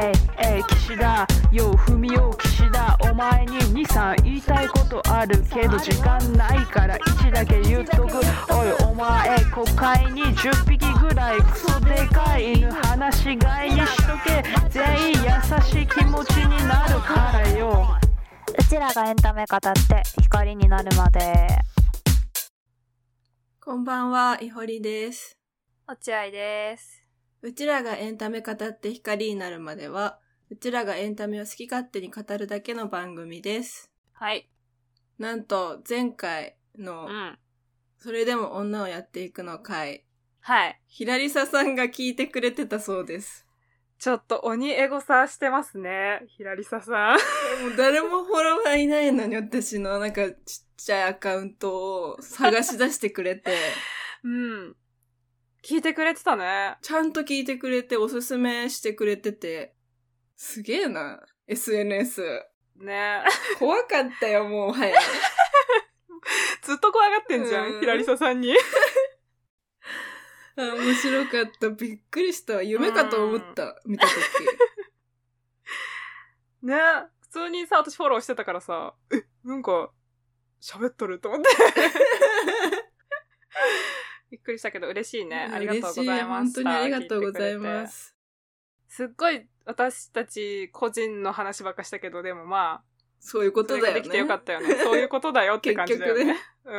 岸田よ踏みよ岸田お前に2、3言いたいことあるけど時間ないから1だけ言っとく。おいお前国会に10匹ぐらいクソでかい犬放し飼いにしとけ。全員優しい気持ちになるからよ。 うちらがエンタメ語って光になるまで。 こんばんは、いほりです。 落合です。 うちらがエンタメ語って光になるまでは、うちらがエンタメを好き勝手に語るだけの番組です。 はい。 なんと、前回の、それでも女をやっていくの回。 はい。 ひらりささんが聞いてくれてたそうです。 ちょっと鬼エゴサしてますね、ひらりささん。 もう誰もフォロワーいないのに私のなんかちっちゃいアカウントを探し出してくれて。 うん。聞いてくれてたね。 ちゃんと聞いてくれて、おすすめしてくれてて。すげえな、SNS。 ね怖かったよ、もう、はい。 ずっと怖がってんじゃん、ひらりささんに。 面白かった。びっくりした。夢かと思った。見たとき。 ね、普通にさ、私フォローしてたからさ、なんか、喋っとると思って。びっくりしたけど嬉しいね。ありがとうございました。 本当にありがとうございます。 すっごい私たち個人の話ばっかしたけど、でもまあ、 そういうことだよね。 それができてよかったよね。そういうことだよって感じだよね。 結局ね。 うんうん。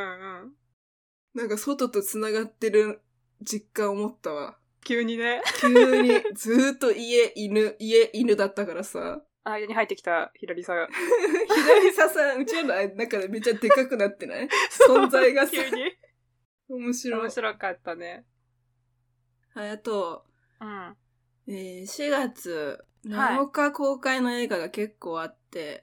なんか外と繋がってる実感を持ったわ。 急にね。 急に、ずーっと家犬だったからさ。 間に入ってきたひらりさが。 ひらりささん、うちらの中でめっちゃでかくなってない存在がさ。 急に。 面白かったね。 はい、あと、 うん。 4月7日公開の映画が結構あって、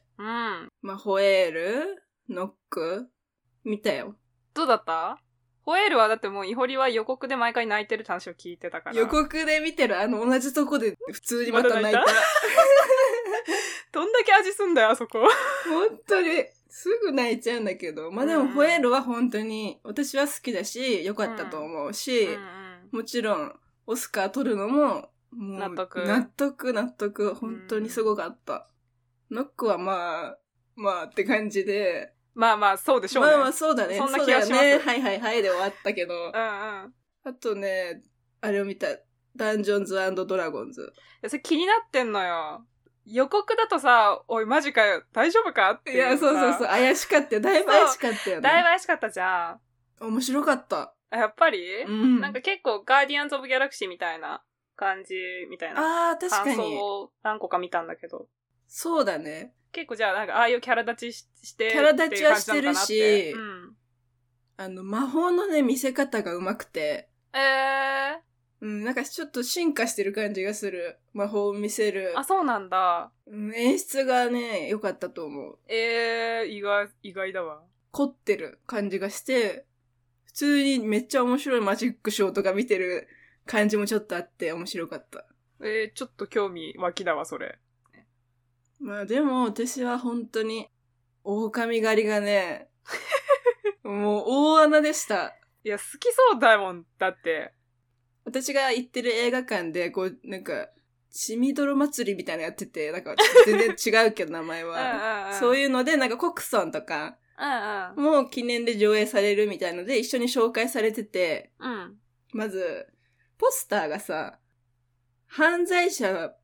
うん。 まあ、ホエール、ノック、見たよ。 どうだった？ホエールはだってもうイホリは予告で毎回泣いてる話を聞いてたから。 予告で見てる同じとこで普通にまた泣いた。 どんだけ味すんだよ、あそこ。 本当に。すぐ泣いちゃうんだけど。まあでも、ホエールは本当に私は好きだし、良かったと思うし、もちろん、オスカー取るのも、もう納得。本当にすごかった。ノックはまあって感じで。 まあ、そうでしょうね。 まあそうだね。 そんな気がします。 ね。はいで終わったけど。 あとね、あれを見た。ダンジョンズ&ドラゴンズ。 それ気になってんのよ。予告だとさ、おいマジかよ、大丈夫かっていう。 いや、そう。怪しかったよ。だいぶ怪しかったよね。 だいぶ怪しかったじゃん。 面白かった。 やっぱり、なんか結構ガーディアンズ・オブ・ギャラクシーみたいな感じみたいな。 確かに。 感想を何個か見たんだけど。 そうだね。 結構じゃあなんかああいうキャラ立ちして。 キャラ立ちはしてるし、魔法のね、見せ方が上手くて。なんかちょっと進化してる感じがする。魔法を見せる。 あ、そうなんだ。 演出がね、良かったと思う。 意外だわ。 凝ってる感じがして、普通にめっちゃ面白いマジックショーとか見てる感じもちょっとあって面白かった。 ちょっと興味湧きだわ、それ。 まあでも私は本当に、狼狩りがね、もう大穴でした。 いや、好きそうだもん、だって。 私が行ってる映画館で、こう、なんか、血みどろ祭りみたいなのやってて、なんか、全然違うけど、名前は。そういうので、なんか、コクソンとか、もう記念で上映されるみたいので、一緒に紹介されてて、まず、ポスターがさ、犯罪者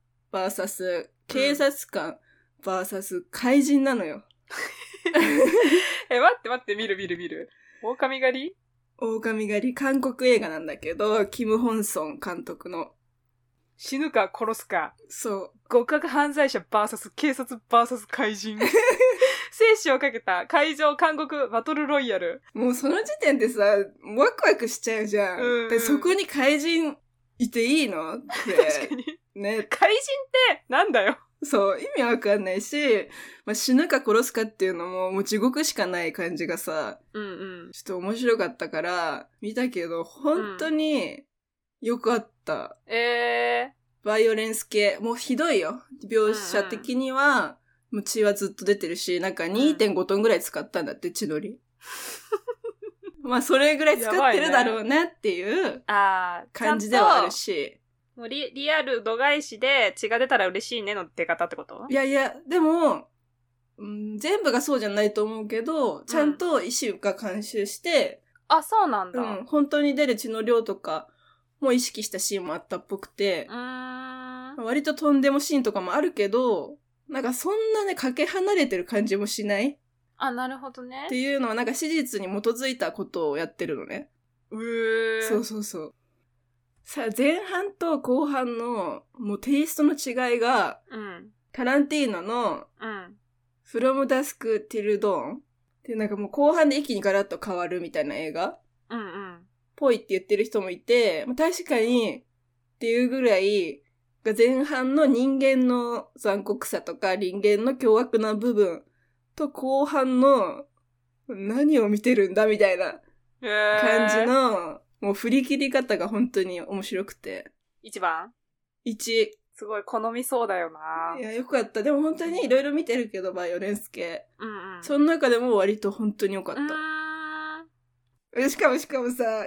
VS 警察官 VS 怪人なのよ。 待って、見る。狼狩り韓国映画なんだけど、キム・ホンソン監督の。 死ぬか殺すか。 そう。 極悪犯罪者 VS 警察 VS 怪人。生死をかけた海上韓国バトルロイヤル。 もうその時点でさ、ワクワクしちゃうじゃん。でそこに怪人いていいのって。 確かに。 ね。 怪人ってなんだよ。 そう、意味わかんないし、死ぬか殺すかっていうのも、もう地獄しかない感じがさ、ちょっと面白かったから、見たけど、本当に、よかった。バイオレンス系、もうひどいよ。描写的には、もう血はずっと出てるし、なんか 2.5 トンぐらい使ったんだって、血のり。まあ、それぐらい使ってるだろうなっていう感じではあるし、 もうリアル度外視で血が出たら嬉しいねの出方ってこと？ いやいや、でも、全部がそうじゃないと思うけど、ちゃんと医師が監修して、 あ、そうなんだ。 本当に出る血の量とかも意識したシーンもあったっぽくて、割ととんでもシーンとかもあるけど、なんかそんなね、かけ離れてる感じもしない？ あ、なるほどね。 っていうのはなんか史実に基づいたことをやってるのね。そうそうそう。さあ、前半と後半のもうテイストの違いが、タランティーノの、From Dusk Till Dawn で、なんかもう後半で一気にガラッと変わるみたいな映画ぽいって言ってる人もいて、確かにっていうぐらい、前半の人間の残酷さとか人間の凶悪な部分と後半の何を見てるんだみたいな感じのもう振り切り方が本当に面白くて。 1番 ?1。 すごい好みそうだよな。 いや、よかった。でも本当にいろいろ見てるけど、バイオレンス系。その中でも割と本当によかった。しかもさ、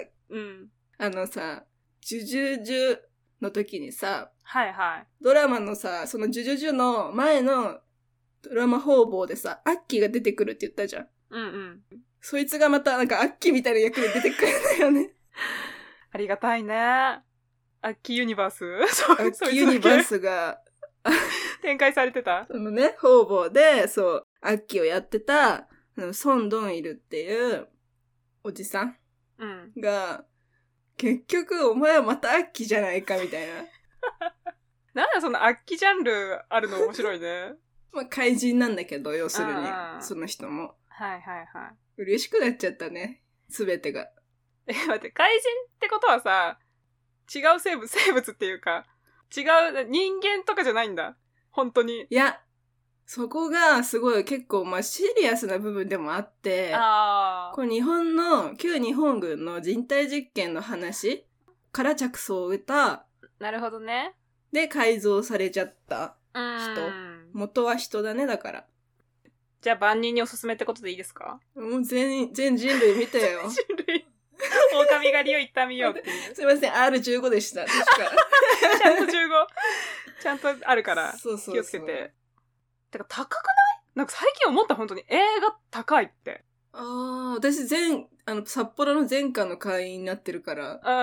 ジュジュジュの時にさ、ドラマのさ、そのジュジュジュの前のドラマ方々でさ、アッキーが出てくるって言ったじゃん。そいつがまたなんかアッキーみたいな役で出てくるんだよね。 ありがたいね。アッキーユニバースアッキーユニバースが展開されてた。 そのね、方々で、そう、アッキーをやってた、ソン・ドンイルっていうおじさんが、結局お前はまたアッキーじゃないかみたいな。 なんだそのアッキージャンルあるの面白いね。 怪人なんだけど、要するに、その人も。嬉しくなっちゃったね、すべてが。 待って、怪人ってことはさ、違う生物っていうか、違う人間とかじゃないんだ。本当に。 いや、そこがすごい結構シリアスな部分でもあって、これ旧日本軍の人体実験の話から着想を得た。 なるほどね。 で、改造されちゃった人。元は人だね、だから。 じゃあ万人におすすめってことでいいですか？ もう全人類見たよ。 人類。狼狩りを一旦見ようっていう。 すいません、R15 でした。確か。 ちゃんと15。ちゃんとあるから、気をつけて。てか、高くない？なんか最近思った本当に映画高いって。 私札幌の前科の会員になってるから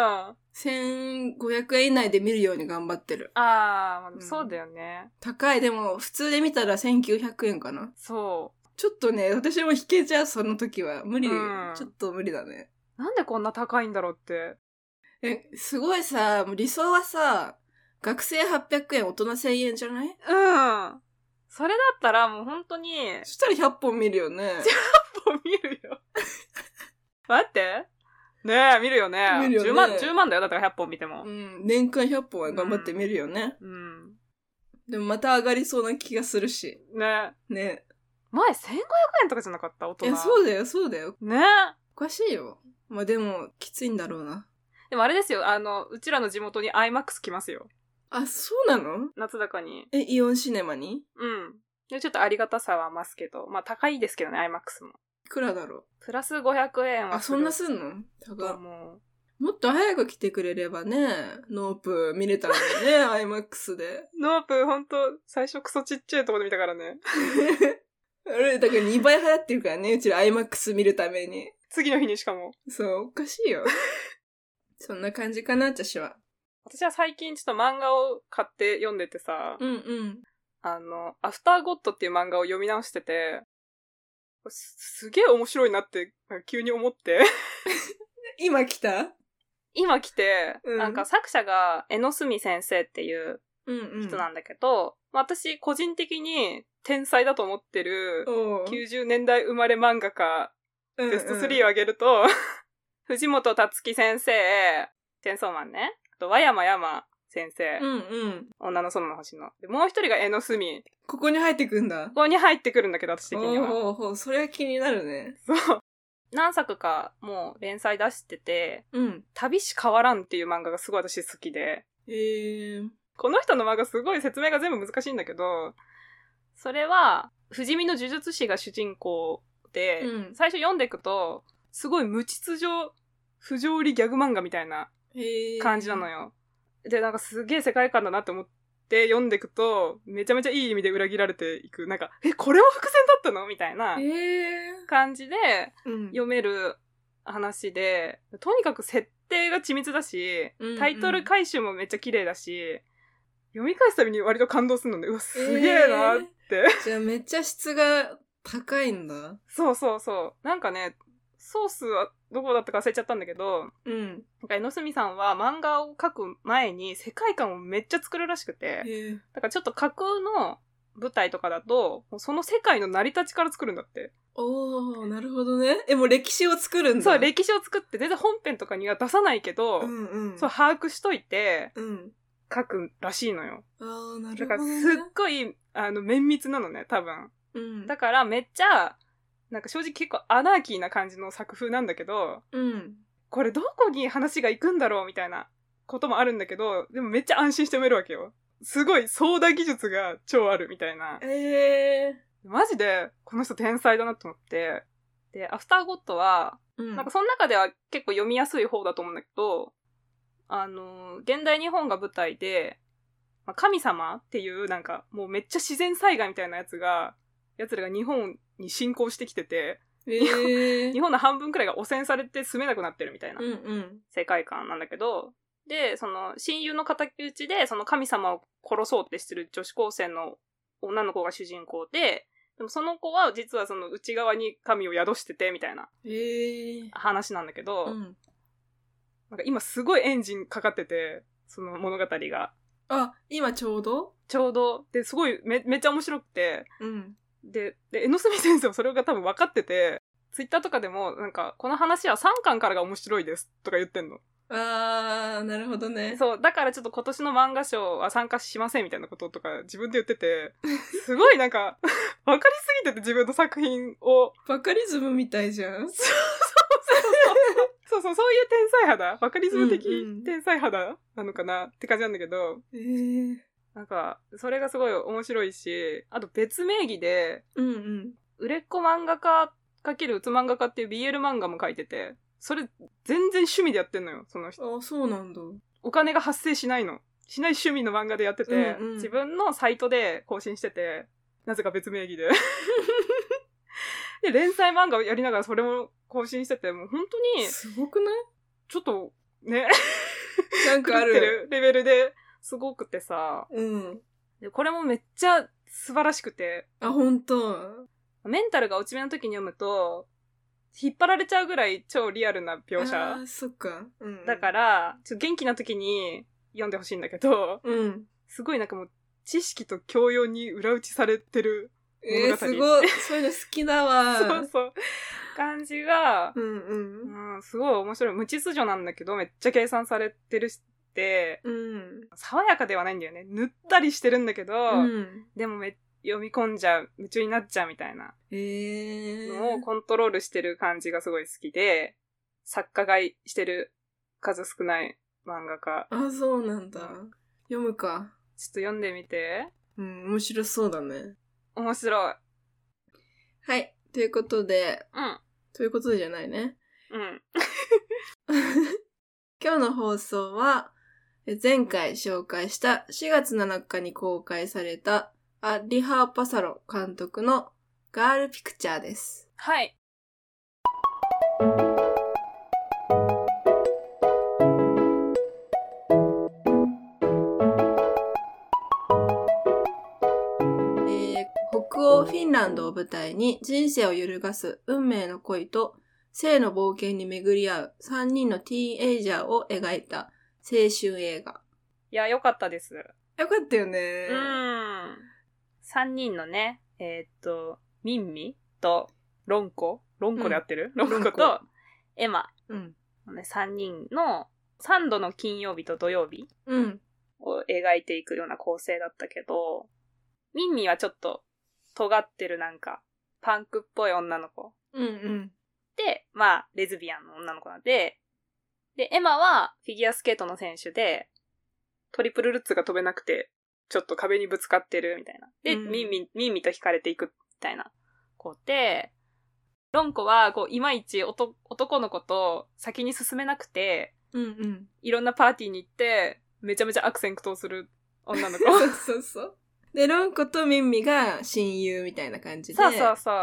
、1500円以内で見るように頑張ってる。 そうだよね。 高い。でも、普通で見たら1900円かな。 そう。 ちょっとね、私も引けちゃう、その時は。無理、ちょっと無理だね。 なんでこんな高いんだろうって。 すごいさ、もう理想はさ、学生800円、大人1000円じゃない？ それだったらもう本当に。 そしたら100本見るよね。 100本見るよ。待って。ねえ、見るよね。 見るよね。 10万だよ。だったら100本見ても。 年間100本は頑張って見るよね。でもまた上がりそうな気がするし。 ね。 前 1500円とかじゃなかった？大人。 そうだよ。 ね。 おかしいよ。でも、きついんだろうな。 でもあれですよ、うちらの地元に IMAX 来ますよ。 そうなの？ 夏高に。 イオンシネマに？ で、ちょっとありがたさは増すけど、高いですけどね、IMAX も。 いくらだろう？ プラス500円は。 そんなすんの？高い。もっと早く来てくれればね、ノープ見れたのにね、IMAX で。 ノープほんと、最初クソちっちゃいとこで見たからね。 だから2倍払ってるからね、うちら IMAX 見るために。 次の日にしかも。 そう、おかしいよ。そんな感じかな、私は。 私は最近ちょっと漫画を買って読んでてさ、アフターゴッドっていう漫画を読み直してて、すげえ面白いなって急に思って。 今来て、なんか作者が江野澄先生っていう人なんだけど、私個人的に天才だと思ってる90年代生まれ漫画家ベスト3を挙げると、藤本達樹先生、チェンソーマンね。あと、和山山先生。女の園の星の。で、もう一人が江野澄。 ここに入ってくんだ。 ここに入ってくるんだけど、私的には。 それは気になるね。 そう。何作かもう連載出してて、旅し変わらんっていう漫画がすごい私好きで。この人の漫画すごい説明が全部難しいんだけど、それは、不死身の呪術師が主人公で、最初読んでいくと、すごい無秩序、不条理ギャグ漫画みたいな感じなのよ。 で、なんかすげえ世界観だなって思って読んでいくと、めちゃめちゃいい意味で裏切られていく。なんか、これも伏線だったのみたいな感じで読める話で、とにかく設定が緻密だし、タイトル回収もめっちゃ綺麗だし、読み返すたびに割と感動するので、うわ、すげえなって。 じゃあめっちゃ質が高いんだ。 そうそうそう。なんかね、ソースはどこだったか忘れちゃったんだけど、なんか江ノ隅さんは漫画を描く前に世界観をめっちゃ作るらしくて、だからちょっと架空の舞台とかだと、その世界の成り立ちから作るんだって。 おー、なるほどね。もう歴史を作るんだ。 そう、歴史を作って全然本編とかには出さないけど、そう把握しといて、書くらしいのよ。 あー、なるほどね。 だからすっごい、綿密なのね、多分。だからめっちゃ、なんか正直結構アナーキーな感じの作風なんだけど、これどこに話が行くんだろうみたいなこともあるんだけど、でもめっちゃ安心して読めるわけよ。すごい壮大技術が超あるみたいな。マジでこの人天才だなと思って。で、アフターゴッドは、なんかその中では結構読みやすい方だと思うんだけど、現代日本が舞台で、神様っていうなんかもうめっちゃ自然災害みたいな奴らが日本に侵攻してきてて、日本の半分くらいが汚染されて住めなくなってるみたいな世界観なんだけど、で、その親友の敵討ちでその神様を殺そうってしてる女子高生の女の子が主人公で、でもその子は実はその内側に神を宿しててみたいな話なんだけど、なんか今すごいエンジンかかってて、その物語が。 あ、今ちょうどで、すごいめっちゃ面白くて、で、江ノ隅先生もそれが多分分かってて、ツイッターとかでも、なんか、この話は3巻からが面白いですとか言ってんの。 あー、なるほどね。 そう、だからちょっと今年の漫画賞は参加しませんみたいなこととか自分で言ってて、すごいなんか、分かりすぎてて自分の作品を。 バカリズムみたいじゃん。 そういう天才肌バカリズム的天才肌なのかなって感じなんだけど。なんか、それがすごい面白いし、あと別名義で、売れっ子漫画家×うつ漫画家っていう BL 漫画も書いてて、それ全然趣味でやってんのよ、その人。 あ、そうなんだ。 お金が発生しない趣味の漫画でやってて、自分のサイトで更新してて、なぜか別名義で。で、連載漫画をやりながらそれも更新してて、もう本当に、 すごくない？ ちょっと、ね。 なんかある。 狂ってるレベルですごくてさ。で、これもめっちゃ素晴らしくて。 あ、本当。 メンタルが落ち目の時に読むと、引っ張られちゃうぐらい超リアルな描写。 あ、そっか。 だから、ちょっと元気な時に読んでほしいんだけど、すごいなんかもう、知識と教養に裏打ちされてる物語。 すごい。そういうの好きだわ。 そう。感じが、すごい面白い。無秩序なんだけど、めっちゃ計算されてるし、爽やかではないんだよね。ぬったりしてるんだけど、でも読み込んじゃう、夢中になっちゃうみたいなのをコントロールしてる感じがすごい好きで、作家買いしてる数少ない漫画家。 あ、そうなんだ。読むか。 ちょっと読んでみて。 面白そうだね。 面白い。 はい。ということで、ということでじゃないね。今日の放送は、前回紹介した4月7日に公開されたア・リハー・パサロ監督のガールピクチャーです。 はい。 北欧フィンランドを舞台に人生を揺るがす運命の恋と性の冒険に巡り合う3人のティーンエイジャーを描いた青春映画。 いや、よかったです。 よかったよね。 3人のね、ミンミとロンコで合ってる？ロンコとエマ。3人の3度の金曜日と土曜日を描いていくような構成だったけど、ミンミはちょっと尖ってるなんかパンクっぽい女の子。で、まあ、レズビアンの女の子なんで、で、エマはフィギュアスケートの選手で、トリプルルッツが飛べなくて、ちょっと壁にぶつかってるみたいな。で、ミンミと惹かれていくみたいな子で、ロンコは、こう、いまいち男の子と先に進めなくて、いろんなパーティーに行って、 めちゃめちゃ悪戦苦闘する女の子。 そう。で、ロンコとミンミが親友みたいな感じで。 そう。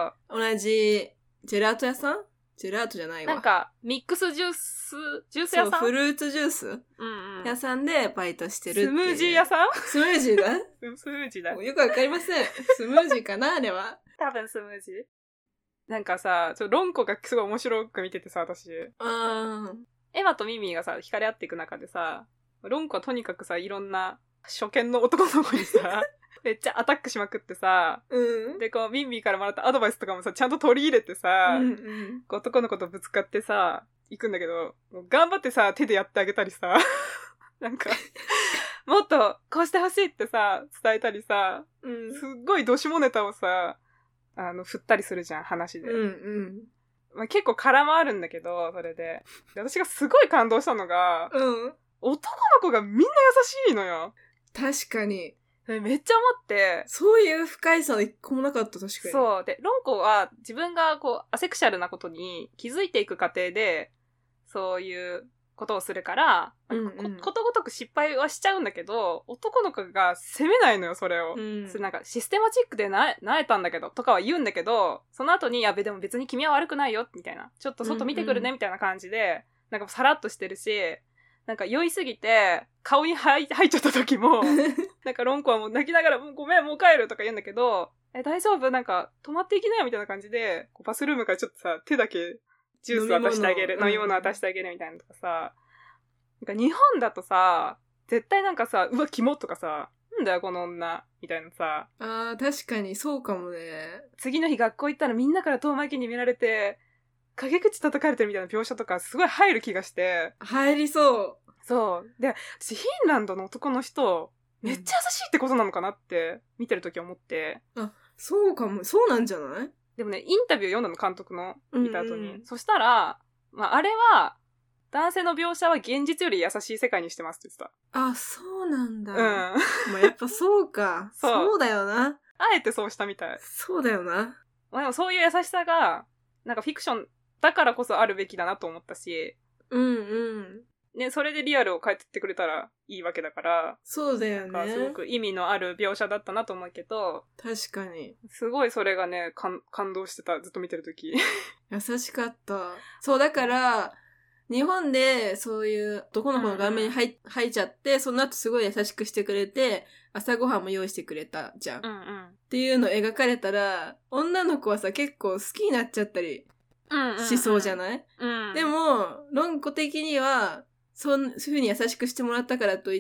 同じ、ジェラート屋さん？ジェラートじゃないわ。 なんか、ミックスジュース屋さん？ そう、フルーツジュース屋さんでバイトしてるっていう。 スムージー屋さん？ スムージーだスムージーだ。 よくわかりません。スムージーかなあれは。 多分スムージー。なんかさ、ロンコがすごい面白く見ててさ、私。エマとミミがさ、惹かれ合っていく中でさ、ロンコはとにかくさ、いろんな初見の男の子にさ、めっちゃアタックしまくってさ、で、こう、ミンミーからもらったアドバイスとかもさ、ちゃんと取り入れてさ、男の子とぶつかってさ、行くんだけど、頑張ってさ、手でやってあげたりさ、なんか、もっとこうしてほしいってさ、伝えたりさ、すっごいどしもネタをさ、振ったりするじゃん、話で。まあ、結構空回るんだけど、それで。私がすごい感動したのが、男の子がみんな優しいのよ。 確かに。 めっちゃ思って。 そういう不快さ一個もなかった、確かに。 そう。で、ロンコは自分がこう、アセクシャルなことに気づいていく過程で、そういうことをするから、ことごとく失敗はしちゃうんだけど、男の子が責めないのよ、それを。なんか、システマチックでなえたんだけど、とかは言うんだけど、その後に、でも別に君は悪くないよ、みたいな。ちょっと外見てくるね、みたいな感じで、なんかさらっとしてるし、なんか酔いすぎて、顔に入っちゃった時も、なんかロンコはもう泣きながら、ごめん、もう帰るとか言うんだけど、大丈夫？なんか、泊まっていきなよみたいな感じで、バスルームからちょっとさ、手だけジュース渡してあげる、飲み物渡してあげるみたいなとかさ、なんか日本だとさ、絶対なんかさ、うわ、キモとかさ、なんだよこの女、みたいなさ。 確かにそうかもね。 次の日学校行ったらみんなから遠巻きに見られて、陰口叩かれてるみたいな描写とかすごい入る気がして。 入りそう。 そう。で、私フィンランドの男の人、めっちゃ優しいってことなのかなって見てるとき思って。 そうかも。そうなんじゃない？ でもね、インタビュー読んだの、監督の見た後に。そしたら、あれは、男性の描写は現実より優しい世界にしてますって言ってた。 そうなんだ。やっぱそうか。そうだよな。 あえてそうしたみたい。 そうだよな。 でもそういう優しさが、なんかフィクションだからこそあるべきだなと思ったし。ね、それでリアルを変えてってくれたらいいわけだから。 そうだよね。 なんかすごく意味のある描写だったなと思うけど。 確かに。 すごいそれがね、感動してた。ずっと見てるとき。 優しかった。そう、だから、日本でそういう男の子の顔面に入っちゃって、その後すごい優しくしてくれて、朝ごはんも用意してくれたじゃん。っていうのを描かれたら、女の子はさ、結構好きになっちゃったりしそうじゃない？でも、ロンコ的には、そういう風に優しくしてもらったからといって、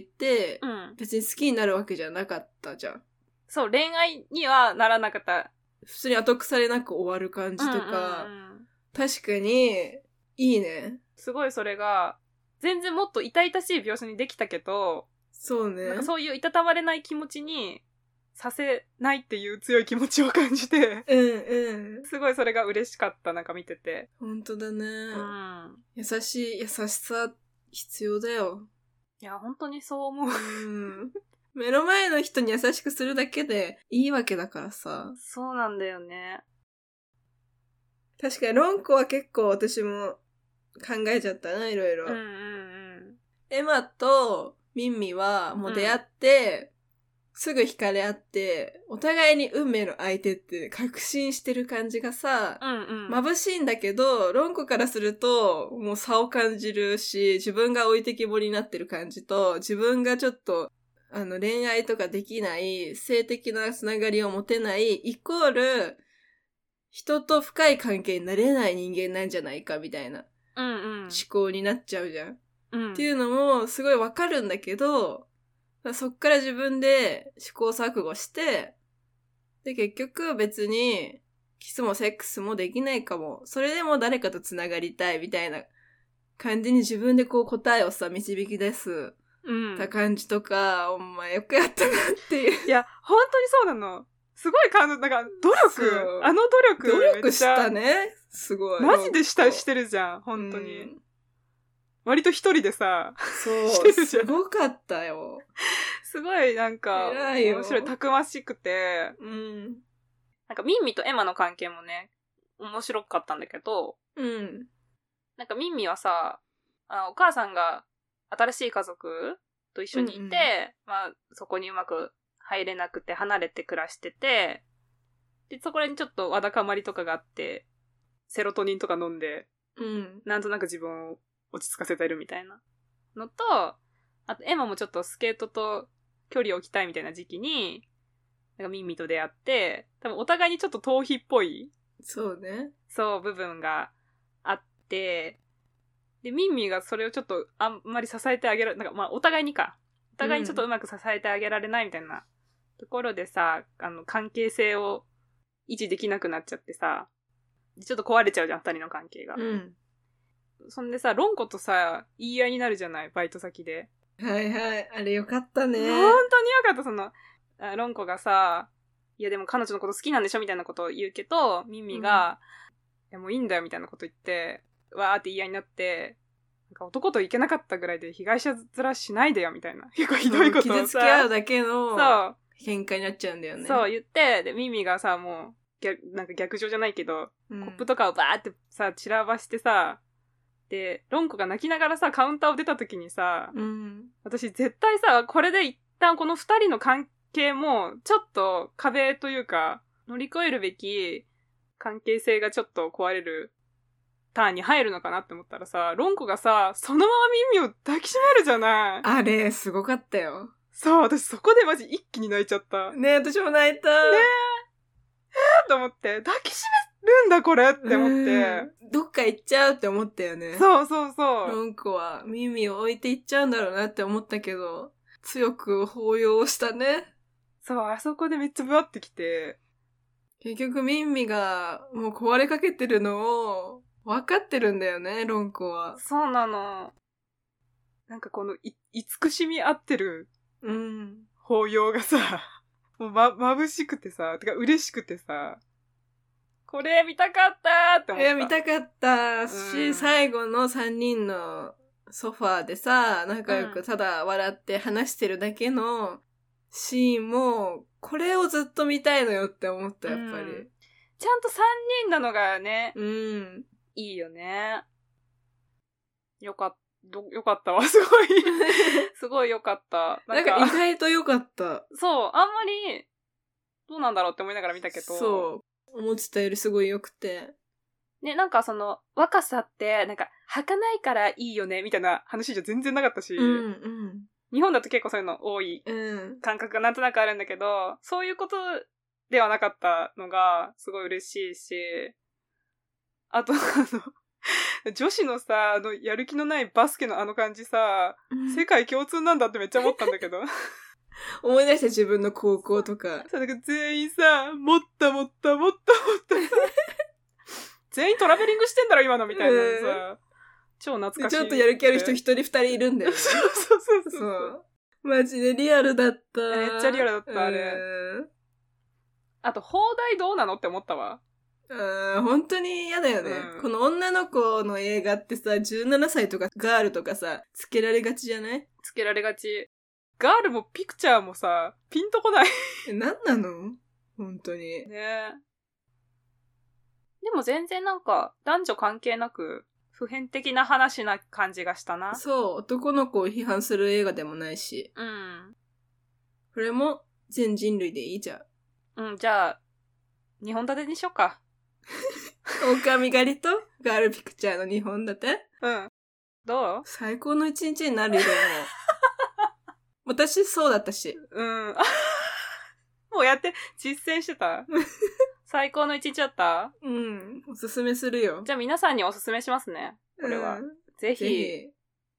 別に好きになるわけじゃなかったじゃん。 そう、恋愛にはならなかった。 普通に後腐れなく終わる感じとか、確かに、いいね。 すごいそれが、全然もっと痛々しい描写にできたけど、 そうね。 なんかそういういたたまれない気持ちにさせないっていう強い気持ちを感じて、すごいそれが嬉しかった、なんか見てて。 本当だね。優しさ必要だよ。 いや、本当にそう思う。 目の前の人に優しくするだけでいいわけだからさ。 そうなんだよね。 確かにロンコは結構私も考えちゃったな、いろいろ。エマとミンミはもう出会って、すぐ惹かれ合って、お互いに運命の相手って確信してる感じがさ、眩しいんだけど、ロンコからするともう差を感じるし、自分が置いてきぼりになってる感じと、自分がちょっと恋愛とかできない、性的なつながりを持てない、イコール、人と深い関係になれない人間なんじゃないかみたいな思考になっちゃうじゃん。っていうのもすごいわかるんだけど、そっから自分で試行錯誤して、で結局別にキスもセックスもできないかも。それでも誰かとつながりたいみたいな感じに自分でこう答えをさ導き出すた感じとか、お前よくやったなっていう。 いや、本当にそうなの。すごい感動、なんか努力したね。すごい。 マジでしてるじゃん、本当に。割と一人でさ、 そう、すごかったよ。 すごいなんか、面白い、たくましくて、なんかミンミとエマの関係もね、面白かったんだけど、なんかミンミはさ、お母さんが新しい家族と一緒にいて、まあそこにうまく入れなくて離れて暮らしてて、で、そこらにちょっとわだかまりとかがあって、セロトニンとか飲んで、なんとなく自分を落ち着かせてるみたいなのと、あとエマもちょっとスケートと距離を置きたいみたいな時期に、なんかミンミと出会って、多分お互いにちょっと逃避っぽい。 そうね。 そう、部分があって、で、ミンミがそれをちょっとあんまり支えてあげられ、なんかまあお互いにちょっとうまく支えてあげられないみたいなところでさ、関係性を維持できなくなっちゃってさ、ちょっと壊れちゃうじゃん、二人の関係が。そんでさ、ロンコとさ、言い合いになるじゃない、バイト先で。 はいはい、あれよかったね。 本当によかった、ロンコがさ、いやでも彼女のこと好きなんでしょみたいなことを言うけど、ミンミが、いやもういいんだよみたいなこと言って、わーって言い合いになって、なんか男といけなかったぐらいで被害者面しないでよみたいな。結構ひどいことをさ。 傷つけ合うだけの喧嘩になっちゃうんだよね。 そう言って、で、ミンミがさ、もう、なんか逆上じゃないけど、コップとかをバーってさ、散らばしてさ、で、ロンコが泣きながらさ、カウンターを出た時にさ、私絶対さ、これで一旦この二人の関係も、ちょっと壁というか、乗り越えるべき関係性がちょっと壊れるターンに入るのかなって思ったらさ、ロンコがさ、そのままミンミを抱きしめるじゃない。 あれ、すごかったよ。 そう、私そこでマジ一気に泣いちゃった。 ねえ、私も泣いた。 ねえ。と思って、抱きしめるんだこれって思って。 どっか行っちゃうって思ったよね。 そうそうそう。 ロンコはミンミを置いて行っちゃうんだろうなって思ったけど、強く抱擁したね。 そう、あそこでめっちゃブワってきて。 結局ミンミがもう壊れかけてるのを分かってるんだよね、ロンコは。 そうなの。なんかこの慈しみ合ってる抱擁がさ、もう眩しくてさ、てか嬉しくてさ、これ見たかったって思った。 見たかったし、最後の3人のソファーでさ、仲良くただ笑って話してるだけのシーンも、これをずっと見たいのよって思った、やっぱり。 ちゃんと3人なのがね、いいよね。よかったわ、すごい。すごいよかった。 なんか意外とよかった。 そう、あんまり、どうなんだろうって思いながら見たけど。 そう。思ってたよりすごい良くて。 ね、なんかその、若さって、なんか、儚いからいいよね、みたいな話じゃ全然なかったし。日本だと結構そういうの多い感覚がなんとなくあるんだけど、そういうことではなかったのが、すごい嬉しいし、あと女子のさ、やる気のないバスケのあの感じさ、世界共通なんだってめっちゃ思ったんだけど。 思い出した自分の高校とか。 そう、なんか全員さ、もった全員トラベリングしてんだろ、今のみたいなさ。超懐かしい。 ちょっとやる気ある人一人二人いるんだよね。そう。マジでリアルだった。 めっちゃリアルだった、あれ。あと、放題どうなのって思ったわ。 本当に嫌だよね、この女の子の映画ってさ、17歳とかガールとかさ、つけられがちじゃない？ つけられがち。ガールもピクチャーもさ、ピンとこない。 何なの？本当に。 ね。でも全然なんか、男女関係なく、普遍的な話な感じがしたな。 そう、男の子を批判する映画でもないし。これも全人類でいいじゃん。 じゃあ、2本立てにしようか。 狼狩りとガールピクチャーの2本立て？ どう？ 最高の一日になるよ、もう。私そうだったし。 もうやって実践してた？最高の一日だった？ おすすめするよ。 じゃあ皆さんにおすすめしますね。これは。ぜひ。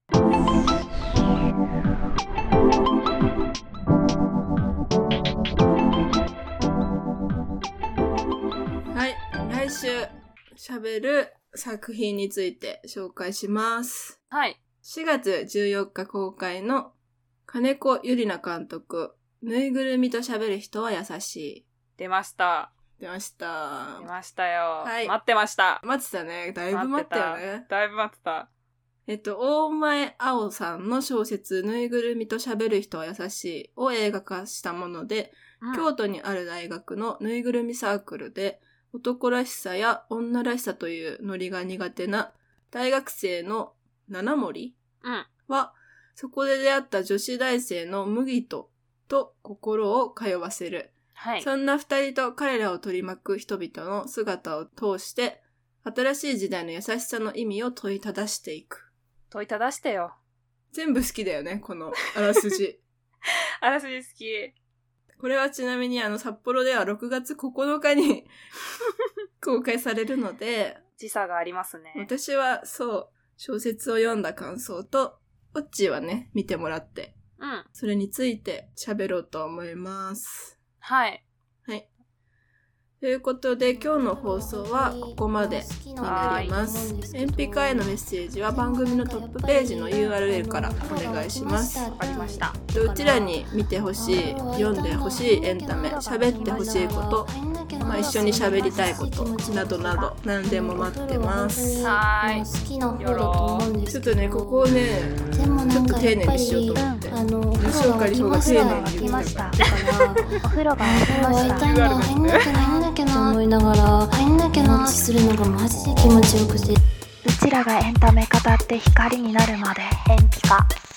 はい。来週喋る作品について紹介します。 はい。 4月14日公開の金子ゆりな監督、ぬいぐるみと喋る人は優しい。 出ました。 出ましたよ。 はい。 待ってました。 待ってたね。だいぶ待ったよね。 だいぶ待ってた。 大前青さんの小説、ぬいぐるみと喋る人は優しいを映画化したもので、京都にある大学のぬいぐるみサークルで、男らしさや女らしさというノリが苦手な大学生の七森は、 そこで出会った女子大生の麦と心を通わせる。 はい。 そんな二人と彼らを取り巻く人々の姿を通して、新しい時代の優しさの意味を問いただしていく。 問いただしてよ。 全部好きだよね、このあらすじ。 あらすじ好き。 これはちなみに札幌では6月9日に公開されるので、 時差がありますね。 私は小説を読んだ感想と、オッチーはね、見てもらって、それについて喋ろうと思います。 はい。 はい。ということで今日の放送はここまでになります。エンピカへのメッセージは番組のトップページの URL からお願いします。 わかりました。 うちらに見てほしい、読んでほしいエンタメ、喋ってほしいこと、一緒に喋りたいことなどなど何でも待ってます。 はい。よろちょっとね、ここをね、ちょっと丁寧にしようと思って。吉岡里帆が丁寧に言ってたから。 お風呂が沸きました。 入んなきゃな思いながら入んなきゃなするのがマジで気持ちよくて、 うちらがエンタメ語って光になるまでエンピカ。